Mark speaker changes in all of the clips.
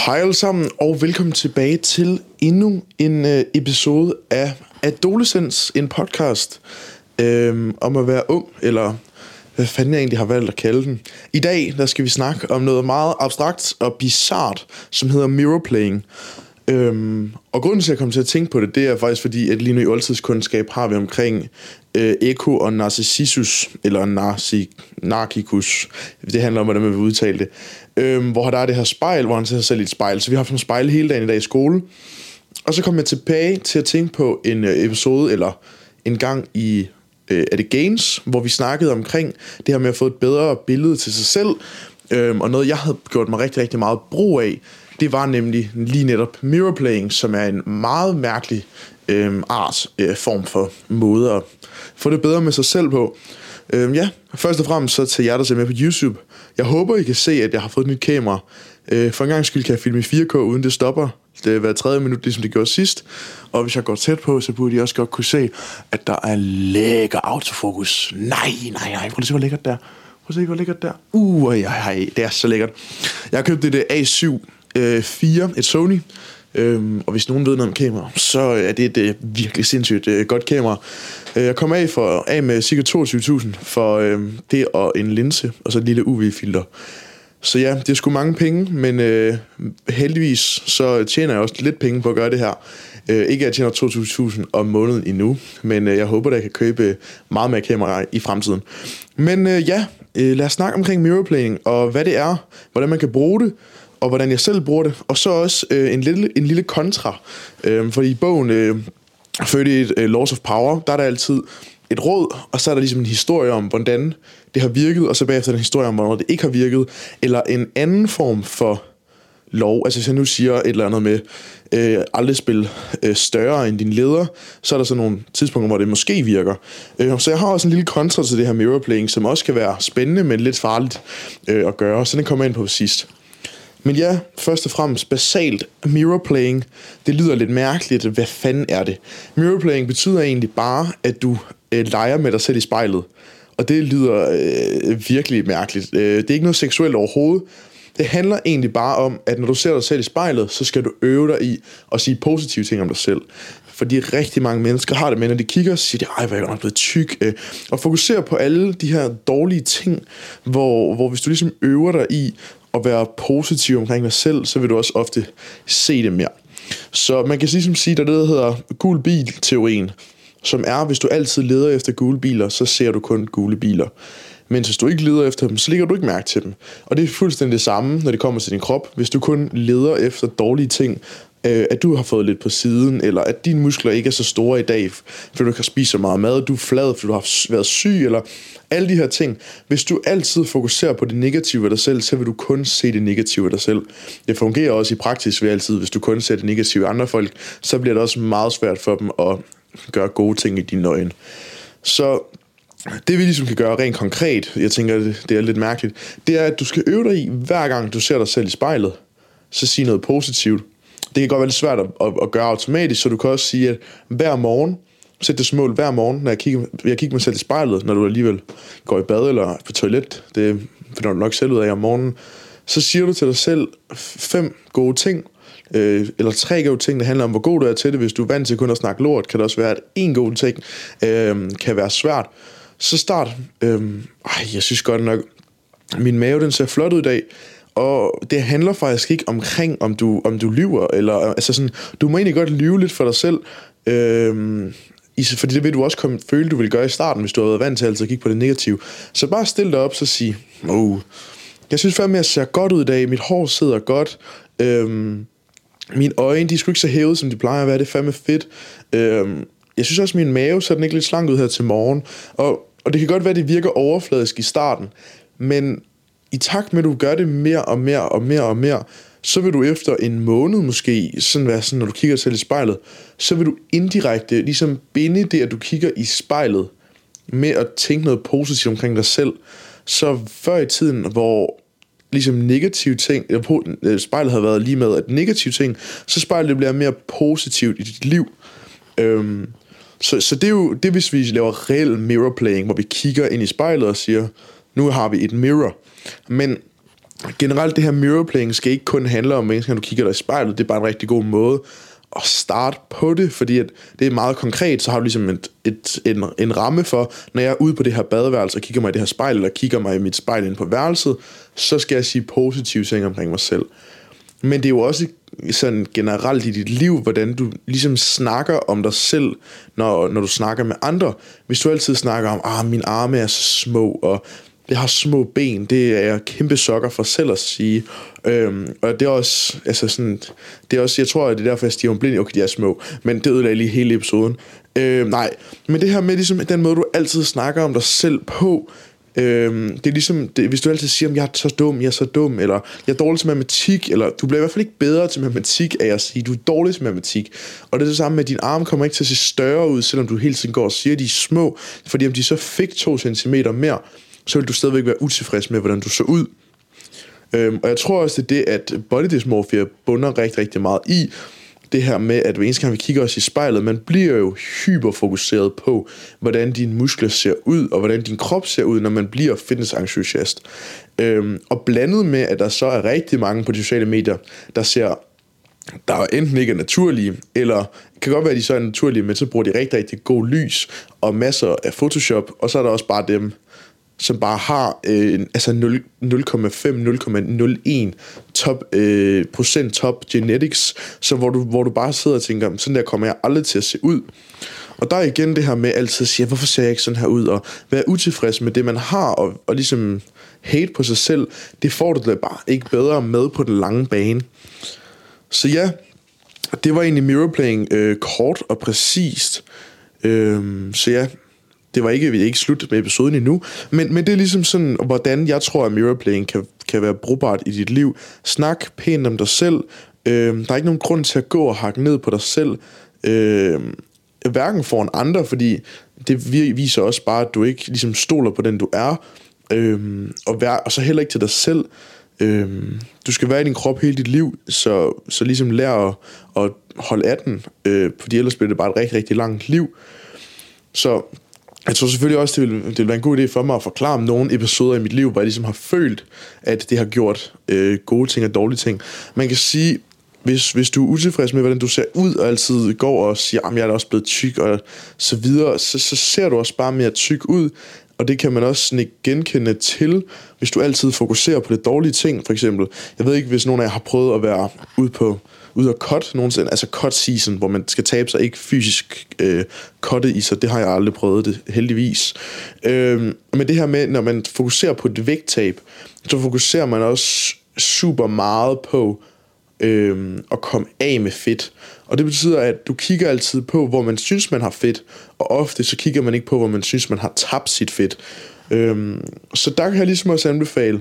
Speaker 1: Hej alle sammen, og velkommen tilbage til endnu en episode af Adolescence, en podcast om at være ung, eller hvad fanden jeg egentlig har valgt at kalde den. I dag der skal vi snakke om noget meget abstrakt og bizart, som hedder mirrorplaying. Og grunden til at jeg kom til at tænke på det, det er faktisk fordi, at lige nu i oldtidskundskab har vi omkring Echo og Narcissus, eller Narcissus. Det handler om, hvordan man vil udtale det. Hvor der er det her spejl, hvor han ser sig selv i et spejl. Så vi har haft nogle spejle hele dagen i dag i skole. Og så kom jeg tilbage til at tænke på en episode, eller en gang i er det Games, hvor vi snakkede omkring det her med at få et bedre billede til sig selv. Og noget, jeg havde gjort mig rigtig, rigtig meget brug af, det var nemlig lige netop mirrorplaying, som er en meget mærkelig form for måde at få det bedre med sig selv på. Først og fremmest så til jer, der ser med på YouTube. Jeg håber, I kan se, at jeg har fået et nyt kamera. For en gang skyld kan jeg filme i 4K, uden det stopper. Det er hver 3. minut, ligesom det gjorde sidst. Og hvis jeg går tæt på, så burde I også godt kunne se, at der er lækker autofokus. Nej. Prøv at se, hvor lækkert der. Det er så lækkert. Jeg har købt det A7 IV, et Sony. Og hvis nogen ved noget om kamera, så er det et virkelig sindssygt godt kamera. Jeg kom af med ca. 22.000 for det og en linse, og så et lille UV-filter. Så ja, det er sgu mange penge, men heldigvis så tjener jeg også lidt penge på at gøre det her. Ikke at jeg tjener 22.000 om måneden endnu, men jeg håber, at jeg kan købe meget mere kamera i fremtiden. Men lad os snakke omkring mirrorplaying, og hvad det er, hvordan man kan bruge det, og hvordan jeg selv bruger det, og så også en lille kontra. For i bogen 30 Laws of Power, der er der altid et råd, og så er der ligesom en historie om, hvordan det har virket, og så bagefter en historie om, hvordan det ikke har virket, eller en anden form for lov. Altså hvis jeg nu siger et eller andet med, aldrig spil større end din leder, så er der så nogle tidspunkter, hvor det måske virker. Så jeg har også en lille kontra til det her mirrorplaying, som også kan være spændende, men lidt farligt at gøre, så den kommer jeg ind på sidst. Men ja, først og fremmest basalt, mirrorplaying, det lyder lidt mærkeligt. Hvad fanden er det? Mirrorplaying betyder egentlig bare, at du leger med dig selv i spejlet. Og det lyder virkelig mærkeligt. Det er ikke noget seksuelt overhovedet. Det handler egentlig bare om, at når du ser dig selv i spejlet, så skal du øve dig i at sige positive ting om dig selv. Fordi rigtig mange mennesker har det med, når de kigger, så siger de, ej, hvor er jeg godt blevet tyk. Og fokusere på alle de her dårlige ting, hvor hvis du ligesom øver dig i at være positiv omkring dig selv, så vil du også ofte se det mere. Så man kan ligesom sige, der er det, der hedder gul bil-teorien, som er, hvis du altid leder efter gule biler, så ser du kun gule biler. Men hvis du ikke leder efter dem, så lægger du ikke mærke til dem. Og det er fuldstændig det samme, når det kommer til din krop. Hvis du kun leder efter dårlige ting, at du har fået lidt på siden, eller at dine muskler ikke er så store i dag, fordi du ikke har spist så meget mad, du er flad, fordi du har været syg, eller alle de her ting. Hvis du altid fokuserer på det negative af dig selv, så vil du kun se det negative af dig selv. Det fungerer også i praksis ved altid. Hvis du kun ser det negative af andre folk, så bliver det også meget svært for dem at gøre gode ting i dine øjne. Så det vi ligesom kan gøre rent konkret, jeg tænker det er lidt mærkeligt, det er at du skal øve dig i, hver gang du ser dig selv i spejlet, så sige noget positivt. Det kan godt være lidt svært at gøre automatisk, så du kan også sige, at hver morgen, sæt det mål hver morgen, når jeg kigger mig selv i spejlet, når du alligevel går i bad eller på toilet, det finder du nok selv ud af om morgenen, så siger du til dig selv 5 gode ting, eller 3 gode ting, der handler om, hvor god du er til det. Hvis du er vant til kun at snakke lort, kan det også være, at 1 god ting kan være svært. Så start, jeg synes godt nok, min mave den ser flot ud i dag, og det handler faktisk ikke omkring, om du lyver, eller altså sådan, du må egentlig godt lyve lidt for dig selv, fordi det vil du også føle, du vil gøre i starten, hvis du har været vant til altid at kigge på det negative. Så bare stil dig op, så sig, jeg synes fandme, jeg ser godt ud i dag, mit hår sidder godt, mine øjne, de er sgu ikke så hævet, som de plejer at være, det er fandme fedt, jeg synes også, min mave ser den ikke lidt slank ud her til morgen, og det kan godt være, det virker overfladisk i starten, men i takt med, at du gør det mere og mere, så vil du efter en måned måske, sådan være sådan, når du kigger selv i spejlet, så vil du indirekte ligesom binde det, at du kigger i spejlet, med at tænke noget positivt omkring dig selv. Så før i tiden, hvor ligesom negative ting, spejlet havde været lige med at negative ting, så spejlet bliver mere positivt i dit liv. Så det er jo det, hvis vi laver reel mirrorplaying, hvor vi kigger ind i spejlet og siger, nu har vi et mirror. Men generelt det her mirrorplaying skal ikke kun handle om, hver gang du kigger dig i spejlet. Det er bare en rigtig god måde at starte på det, fordi at det er meget konkret. Så har du ligesom en ramme for, når jeg er ude på det her badeværelse og kigger mig i det her spejl, eller kigger mig i mit spejl inde på værelset, så skal jeg sige positive ting omkring mig selv. Men det er jo også sådan generelt i dit liv, hvordan du ligesom snakker om dig selv, når du snakker med andre. Hvis du altid snakker om, mine arme er så små, og jeg har små ben, det er jeg kæmpe sokker for selv at sige. Og det er også, altså sådan, det er også, jeg tror, at det er derfor, jeg stiger om blind. Okay, de er små, men det ødelagde lige hele episoden. Nej, men det her med ligesom den måde, du altid snakker om dig selv på, det er ligesom hvis du altid siger, jeg er så dum, eller jeg er dårlig til matematik, eller du bliver i hvert fald ikke bedre til matematik af at sige, du er dårlig til matematik. Og det er det samme med, at din arm kommer ikke til at se større ud, selvom du hele tiden går og siger, at de er små, fordi om de så fik 2 centimeter mere, så vil du stadigvæk være utilfreds med, hvordan du så ud. Og jeg tror også, det er det, at body dysmorphia bunder rigtig, rigtig meget i det her med, at hver eneste gang vi kigger os i spejlet, man bliver jo hyperfokuseret på, hvordan dine muskler ser ud, og hvordan din krop ser ud, når man bliver fitnessentusiast. Og blandet med, at der så er rigtig mange på de sociale medier, der enten ikke er naturlige, eller kan godt være, at de så er naturlige, men så bruger de rigtig, rigtig god lys, og masser af Photoshop, og så er der også bare dem, som bare har 0,5-0,01 procent top genetics, så hvor du bare sidder og tænker, sådan der kommer jeg aldrig til at se ud. Og der er igen det her med altid at sige, hvorfor ser jeg ikke sådan her ud, og være utilfreds med det man har, og ligesom hate på sig selv, det får du da bare ikke bedre med på den lange bane. Så ja, det var egentlig mirrorplaying kort og præcist. Så ja, det var ikke slut med episoden endnu, men det er ligesom sådan, hvordan jeg tror, at mirrorplaying kan være brugbart i dit liv. Snak pænt om dig selv. Der er ikke nogen grund til at gå og hakke ned på dig selv, hverken foran andre, fordi det viser også bare, at du ikke ligesom stoler på den, du er, og så heller ikke til dig selv. Du skal være i din krop hele dit liv, så ligesom lær at holde af den, fordi ellers bliver det bare et rigtig, rigtig langt liv. Så jeg tror selvfølgelig også, det vil være en god idé for mig at forklare om nogle episoder i mit liv, hvor jeg ligesom har følt, at det har gjort gode ting og dårlige ting. Man kan sige, hvis du er utilfreds med, hvordan du ser ud, og altid går og siger, at jeg er da også blevet tyk, og så videre, så ser du også bare mere tyk ud. Og det kan man også genkende til, hvis du altid fokuserer på det dårlige ting, for eksempel. Jeg ved ikke, hvis nogen af jer har prøvet at være ude og cut nogensinde, altså cut season, hvor man skal tabe sig, ikke fysisk cutte i sig, det har jeg aldrig prøvet det, heldigvis. Men det her med, når man fokuserer på et vægttab, så fokuserer man også super meget på at komme af med fedt. Og det betyder, at du kigger altid på, hvor man synes, man har fedt, og ofte så kigger man ikke på, hvor man synes, man har tabt sit fedt. Så der kan jeg ligesom også anbefale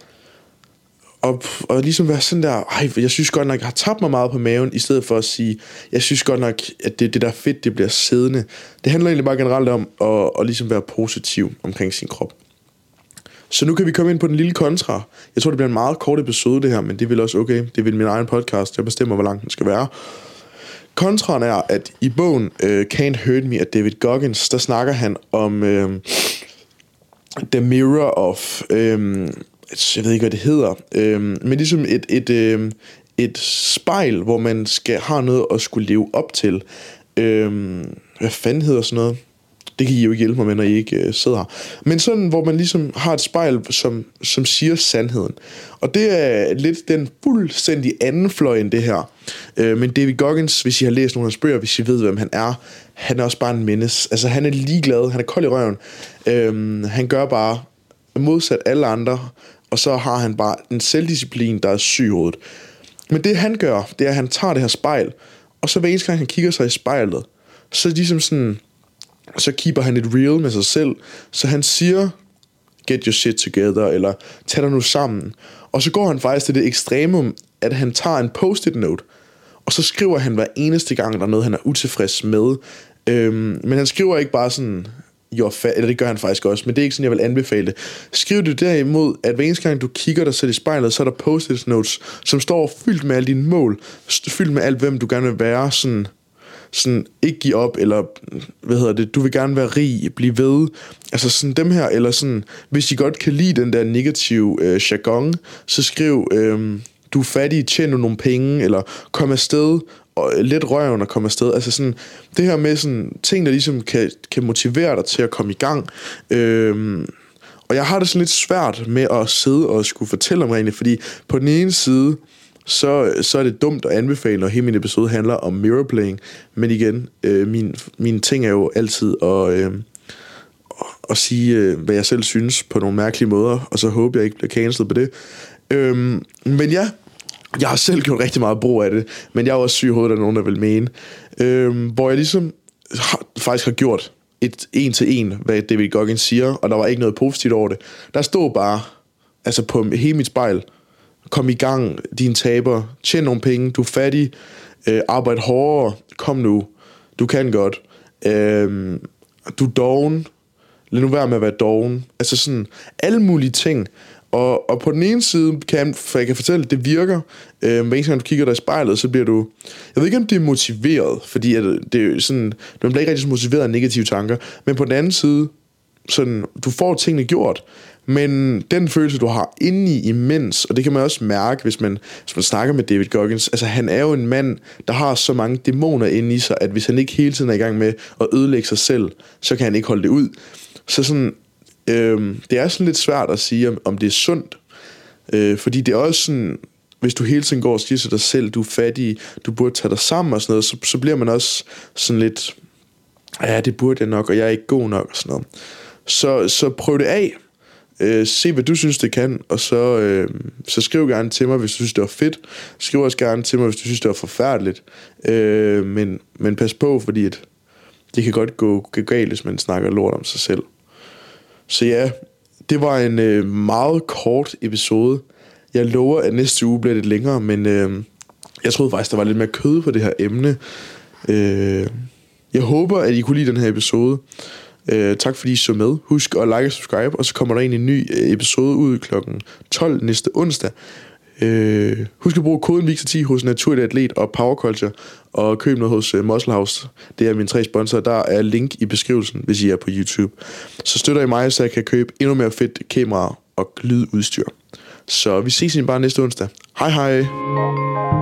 Speaker 1: og ligesom være sådan der, jeg synes godt nok, jeg har tabt mig meget på maven, i stedet for at sige, jeg synes godt nok, at det der fedt, det bliver siddende. Det handler egentlig bare generelt om at ligesom være positiv omkring sin krop. Så nu kan vi komme ind på den lille kontra. Jeg tror, det bliver en meget kort episode det her, men det vil også okay. Det vil min egen podcast. Jeg bestemmer, hvor lang den skal være. Kontraen er, at i bogen Can't Hurt Me af David Goggins, der snakker han om The Mirror of... jeg ved ikke, hvad det hedder. Men ligesom et spejl, hvor man har noget at skulle leve op til. Hvad fanden hedder sådan noget? Det kan I jo ikke hjælpe mig med, når I ikke sidder her. Men sådan, hvor man ligesom har et spejl, som siger sandheden. Og det er lidt den fuldstændig anden fløj end det her. Men David Goggins, hvis I har læst nogle af hans bøger, hvis I ved, hvem han er også bare en menace. Altså, han er ligeglad, han er kold i røven. Han gør bare modsat alle andre, og så har han bare en selvdisciplin, der er syg i hovedet. Men det han gør, det er, at han tager det her spejl, og så hver eneste gang han kigger sig i spejlet, så ligesom sådan... Så keeper han et reel med sig selv. Så han siger, get your shit together, eller tag dig nu sammen. Og så går han faktisk til det ekstremum, at han tager en post-it note, og så skriver han hver eneste gang, der er noget, han er utilfreds med. Men han skriver ikke bare sådan, eller det gør han faktisk også, men det er ikke sådan, jeg vil anbefale det. Skriv det derimod, at hver eneste gang, du kigger dig selv i spejlet, så er der post-it notes, som står fyldt med alle dine mål, fyldt med alt, hvem du gerne vil være, sådan... sådan ikke give op, eller du vil gerne være rig, bliv ved. Altså sådan dem her, eller sådan, hvis I godt kan lide den der negative jargon, så skriv, du er fattig, tjen du nogle penge, eller kom afsted, og lidt røven og komme afsted. Altså sådan, det her med sådan ting, der ligesom kan motivere dig til at komme i gang. Og jeg har det sådan lidt svært med at sidde og skulle fortælle om det, fordi på den ene side, så er det dumt at anbefale, når hele min episode handler om mirrorplaying. Men igen, min ting er jo altid at sige, hvad jeg selv synes på nogle mærkelige måder, og så håber jeg ikke bliver cancelled på det. Men ja, jeg har selv gjort rigtig meget brug af det, men jeg er også syg i hovedet, der er nogen, der vil mene. Hvor jeg ligesom faktisk har gjort en til en, hvad David Goggins siger, og der var ikke noget positivt over det. Der stod bare, altså på hele mit spejl, kom i gang, din taber, tjen nogle penge, du er fattig, arbejde hårdere, kom nu, du kan godt, du er doven, lad nu være med at være doven, altså sådan alle mulige ting. Og på den ene side for jeg kan fortælle, at det virker. Hver eneste gang du kigger dig i spejlet, så bliver du, jeg ved ikke om det er motiveret, fordi det er sådan, man bliver ikke rigtig så motiveret af negative tanker, men på den anden side, sådan, du får tingene gjort, men den følelse du har inde i imens, og det kan man også mærke, hvis man snakker med David Goggins, altså han er jo en mand, der har så mange dæmoner inde i sig, at hvis han ikke hele tiden er i gang med at ødelægge sig selv, så kan han ikke holde det ud. Så sådan, det er sådan lidt svært at sige, om det er sundt, fordi det er også sådan, hvis du hele tiden går og siger til dig selv, du er fattig, du burde tage dig sammen og sådan noget, så bliver man også sådan lidt, ja, det burde jeg nok, og jeg er ikke god nok og sådan noget. Så prøv det af, se hvad du synes det kan, og så skriv gerne til mig, hvis du synes det var fedt. Skriv også gerne til mig, hvis du synes det var forfærdeligt, men pas på, fordi det kan godt gå galt, hvis man snakker lort om sig selv. Så ja, det var en meget kort episode. Jeg lover, at næste uge bliver lidt længere, men jeg troede faktisk, der var lidt mere kød på det her emne. Jeg håber, at I kunne lide den her episode. Tak fordi I så med. Husk at like og subscribe, og så kommer der en ny episode ud kl. 12 næste onsdag. Husk at bruge koden VIXA10 hos Naturlig Atlet og Powerculture, og køb noget hos Muscle House. Det er mine 3 sponsorer. Der er link i beskrivelsen, hvis I er på YouTube. Så støtter I mig, så jeg kan købe endnu mere fedt kamera og lydudstyr. Så vi ses bare næste onsdag. Hej hej.